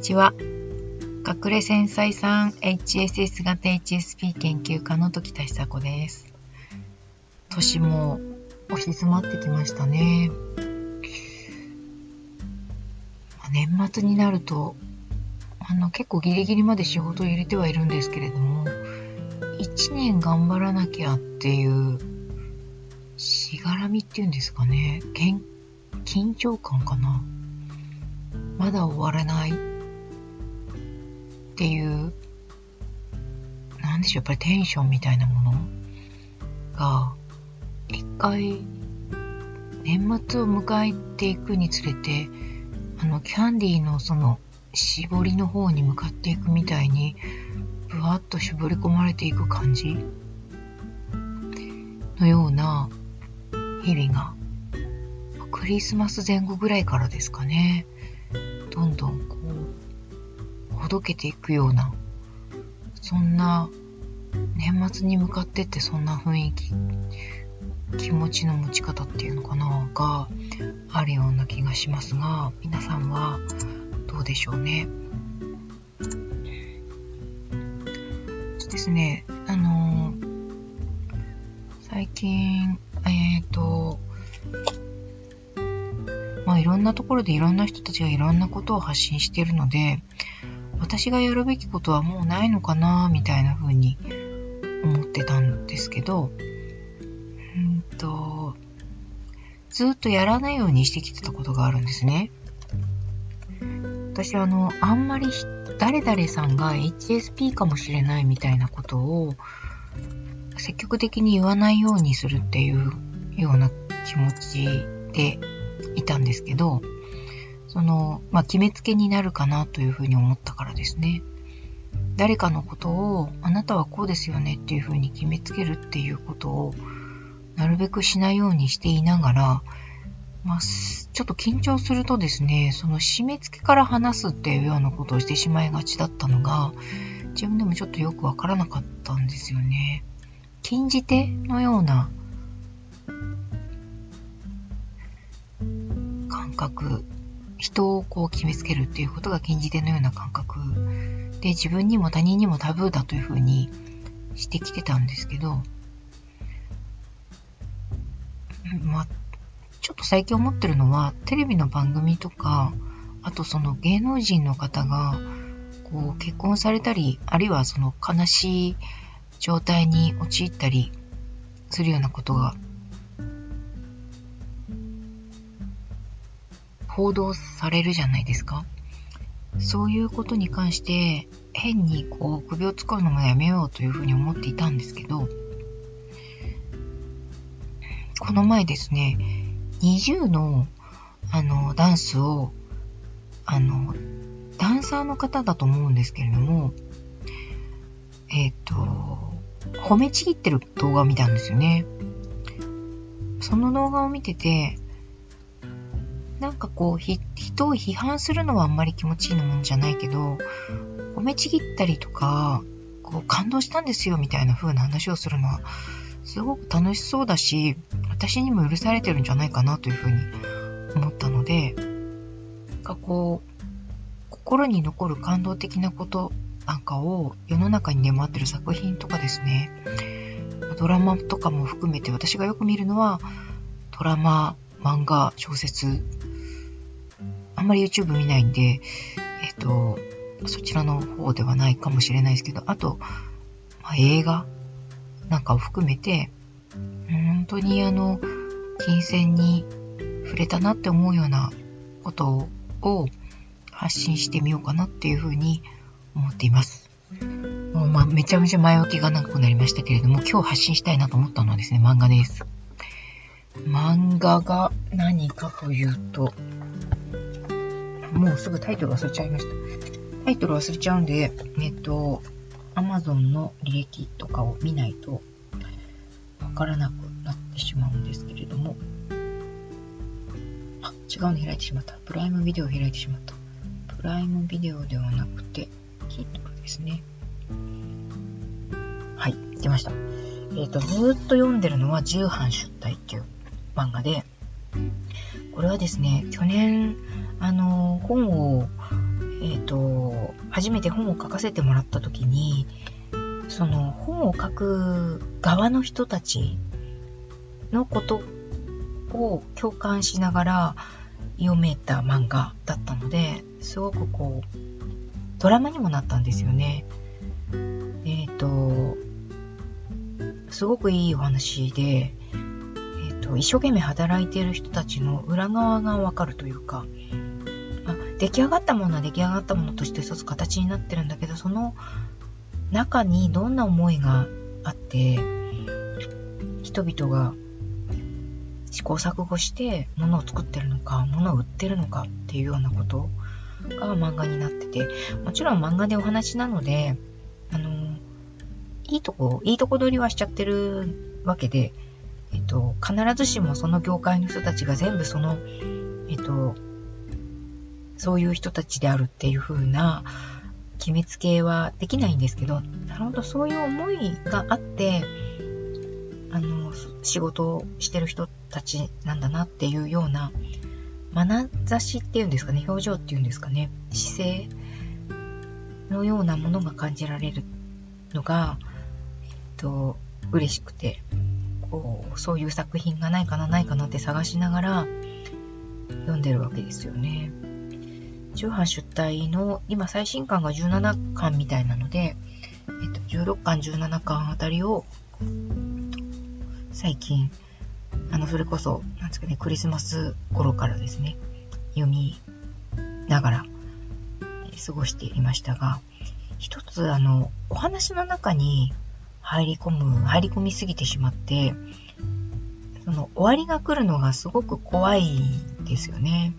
ちは。隠れ繊細さん HSS 型 HSP 研究家の時田久子です。年も押し詰まってきましたね。年末になると結構ギリギリまで仕事を入れてはいるんですけれども、1年頑張らなきゃっていうしがらみっていうんですかね、緊張感かな、まだ終われないっていう、なんでしょう、やっぱりテンションみたいなものが一回年末を迎えていくにつれて、キャンディーのその絞りの方に向かっていくみたいにぶわっと絞り込まれていく感じのような日々がクリスマス前後ぐらいからですかね、どんどんこうほどけていくような、そんな年末に向かってってそんな雰囲気、気持ちの持ち方っていうのかながあるような気がしますが、皆さんはどうでしょうね。そうですね、最近いろんなところでいろんな人たちがいろんなことを発信しているので、私がやるべきことはもうないのかなみたいな風に思ってたんですけど、ずっとやらないようにしてきてたことがあるんですね。私あんまり誰々さんが HSP かもしれないみたいなことを積極的に言わないようにするっていうような気持ちでいたんですけど、決めつけになるかなというふうに思ったからですね。誰かのことをあなたはこうですよねっていうふうに決めつけるっていうことをなるべくしないようにしていながら、ちょっと緊張するとですね、その締め付けから話すっていうようなことをしてしまいがちだったのが、自分でもちょっとよくわからなかったんですよね。禁じ手のような感覚、人をこう決めつけるっていうことが禁じ手のような感覚で、自分にも他人にもタブーだというふうにしてきてたんですけど、ちょっと最近思ってるのは、テレビの番組とか、あとその芸能人の方がこう結婚されたり、あるいはその悲しい状態に陥ったりするようなことが報道されるじゃないですか。そういうことに関して変にこう首を突っ込むのもやめようというふうに思っていたんですけど、この前ですね、NiziUのダンスをダンサーの方だと思うんですけれども、褒めちぎってる動画を見たんですよね。その動画を見てて、なんかこう人を批判するのはあんまり気持ちいいもんじゃないけど、褒めちぎったりとかこう感動したんですよみたいな風な話をするのはすごく楽しそうだし、私にも許されてるんじゃないかなという風に思ったので、こう心に残る感動的なことなんかを世の中に出回ってる作品とかですね、ドラマとかも含めて私がよく見るのはドラマ、漫画、小説、あんまり YouTube 見ないんで、そちらの方ではないかもしれないですけど、あと、映画なんかを含めて、本当に金銭に触れたなって思うようなことを発信してみようかなっていうふうに思っています。もうめちゃめちゃ前置きが長くなりましたけれども、今日発信したいなと思ったのはですね、漫画です。漫画が何かというと、もうすぐタイトル忘れちゃいました。タイトル忘れちゃうんで、Amazon の履歴とかを見ないとわからなくなってしまうんですけれども、違うの開いてしまった。プライムビデオを開いてしまった。プライムビデオではなくて、Kindle ですね。はい、出ました。ずーっと読んでるのは重版出題っていう漫画で、これはですね、去年本を初めて本を書かせてもらった時に、その本を書く側の人たちのことを共感しながら読めた漫画だったので、すごくこうドラマにもなったんですよね。すごくいいお話で、一生懸命働いている人たちの裏側がわかるというか、出来上がったものは出来上がったものとして一つ形になってるんだけど、その中にどんな思いがあって、人々が試行錯誤して物を作ってるのか、物を売ってるのかっていうようなことが漫画になってて、もちろん漫画でお話なので、いいとこ取りはしちゃってるわけで、必ずしもその業界の人たちが全部その、そういう人たちであるっていう風な決めつけはできないんですけど、なるほど、そういう思いがあって、仕事をしてる人たちなんだなっていうような、眼差しっていうんですかね、表情っていうんですかね、姿勢のようなものが感じられるのが、嬉しくて、そういう作品がないかなって探しながら読んでるわけですよね。重版出題の今最新巻が17巻みたいなので、16巻17巻あたりを最近それこそなんですかね、クリスマス頃からですね、読みながら過ごしていましたが、一つお話の中に入り込みすぎてしまって、その終わりが来るのがすごく怖いんですよね。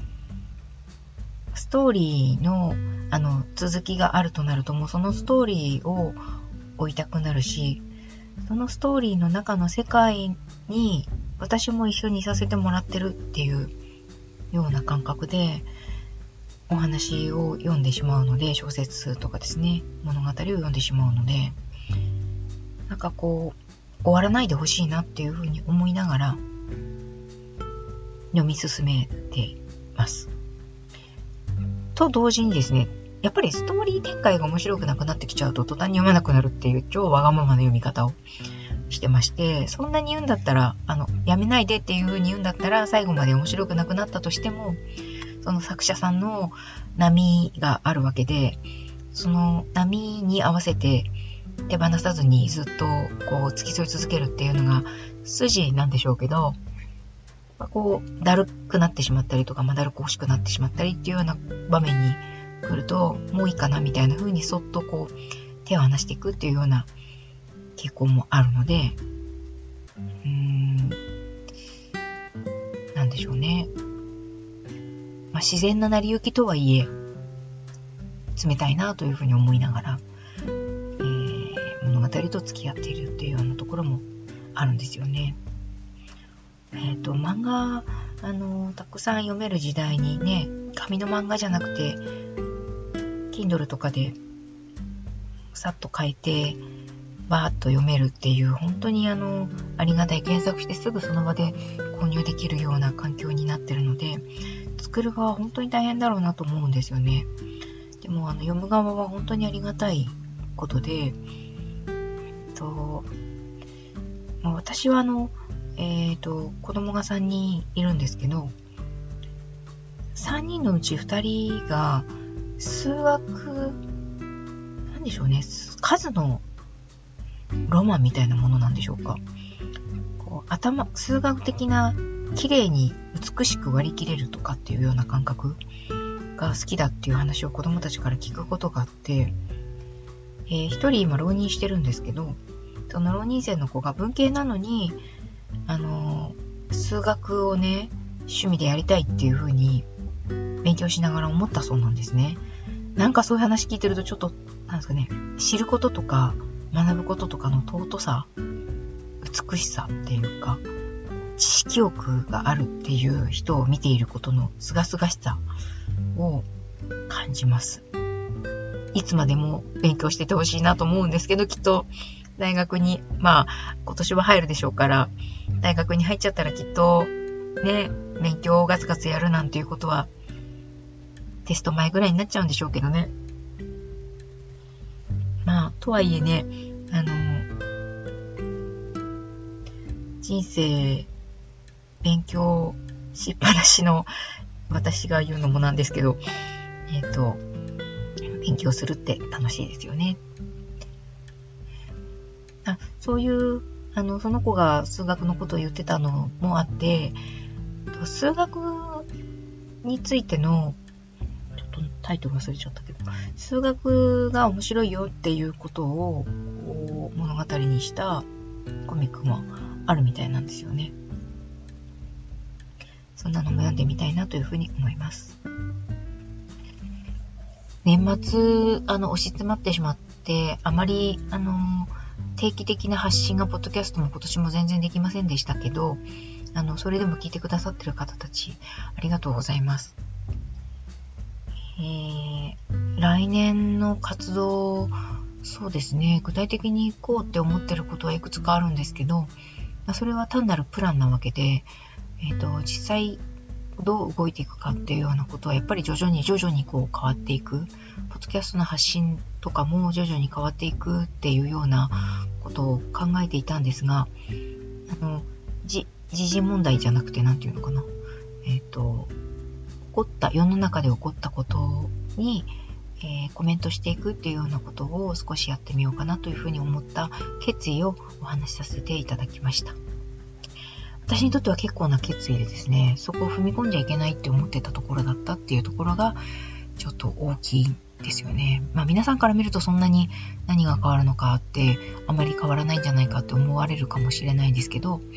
ストーリーの続きがあるとなると、もうそのストーリーを追いたくなるし、そのストーリーの中の世界に私も一緒にいさせてもらってるっていうような感覚でお話を読んでしまうので、小説とかですね、物語を読んでしまうので、なんかこう終わらないでほしいなっていうふうに思いながら読み進めてます。と同時にですね、やっぱりストーリー展開が面白くなくなってきちゃうと途端に読めなくなるっていう超わがままな読み方をしてまして、そんなに言うんだったらやめないでっていう風に言うんだったら、最後まで面白くなくなったとしても、その作者さんの波があるわけで、その波に合わせて手放さずにずっとこう付き添い続けるっていうのが筋なんでしょうけど、こうだるくなってしまったりとか、だるく欲しくなってしまったりっていうような場面に来ると、もういいかなみたいな風にそっとこう手を離していくっていうような傾向もあるので、なんでしょうね。自然な成り行きとはいえ冷たいなというふうに思いながら、物語と付き合っているっていうようなところもあるんですよね。漫画たくさん読める時代にね、紙の漫画じゃなくて Kindle とかでさっと書いてバーッと読めるっていう、本当にありがたい、検索してすぐその場で購入できるような環境になってるので、作る側は本当に大変だろうなと思うんですよね。でも読む側は本当にありがたいことで、私は子供が3人いるんですけど、3人のうち2人が数学、なんでしょうね、数のロマンみたいなものなんでしょうか。数学的な綺麗に美しく割り切れるとかっていうような感覚が好きだっていう話を子供たちから聞くことがあって、一人今浪人してるんですけど、その浪人生の子が文系なのに数学をね趣味でやりたいっていう風に勉強しながら思ったそうなんですね。なんかそういう話聞いてるとちょっとなんですかね、知ることとか学ぶこととかの尊さ、美しさっていうか、知識欲があるっていう人を見ていることの清々しさを感じます。いつまでも勉強しててほしいなと思うんですけど、きっと大学に今年は入るでしょうから、大学に入っちゃったらきっとね、勉強をガツガツやるなんていうことはテスト前ぐらいになっちゃうんでしょうけどね。まあ、とはいえね、人生、勉強しっぱなしの私が言うのもなんですけど、勉強するって楽しいですよね。そういう、その子が数学のことを言ってたのもあって、数学についての、ちょっとタイトル忘れちゃったけど、数学が面白いよっていうことを物語にしたコミックもあるみたいなんですよね。そんなのも読んでみたいなというふうに思います。年末、押し詰まってしまって、あまり、定期的な発信がポッドキャストも今年も全然できませんでしたけど、それでも聞いてくださってる方たち、ありがとうございます。来年の活動、そうですね、具体的に行こうって思ってることはいくつかあるんですけど、それは単なるプランなわけで、実際どう動いていくかっていうようなことはやっぱり徐々にこう変わっていく。ポッドキャストの発信とかも徐々に変わっていくっていうようなことを考えていたんですが、時事問題じゃなくてなんていうのかな。世の中で起こったことに、コメントしていくっていうようなことを少しやってみようかなというふうに思った決意をお話しさせていただきました。私にとっては結構な決意でですね、そこを踏み込んじゃいけないって思ってたところだったっていうところがちょっと大きいですよね。まあ皆さんから見るとそんなに何が変わるのかってあまり変わらないんじゃないかって思われるかもしれないんですけど、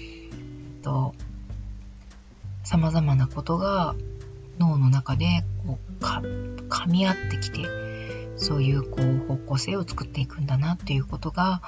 様々なことが脳の中でこう噛み合ってきて、そういうこう方向性を作っていくんだなっていうことが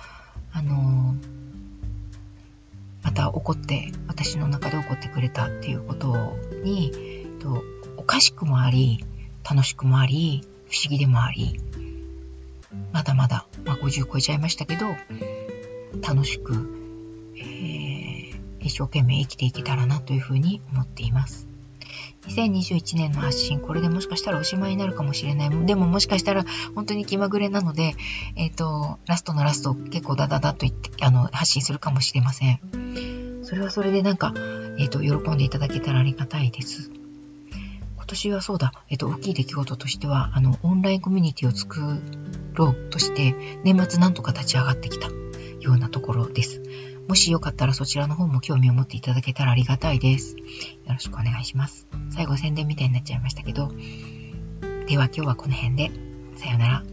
また私の中で起こってくれたっていうことに、おかしくもあり、楽しくもあり、不思議でもあり、まだまだ、50超えちゃいましたけど、楽しく、一生懸命生きていけたらなというふうに思っています。2021年の発信、これでもしかしたらおしまいになるかもしれない。でももしかしたら本当に気まぐれなので、ラストのラスト結構ダダダと言って、発信するかもしれません。それはそれでなんか、喜んでいただけたらありがたいです。今年はそうだ、大きい出来事としては、オンラインコミュニティを作ろうとして、年末なんとか立ち上がってきたようなところです。もしよかったらそちらの方も興味を持っていただけたらありがたいです。よろしくお願いします。最後宣伝みたいになっちゃいましたけど。では今日はこの辺で。さようなら。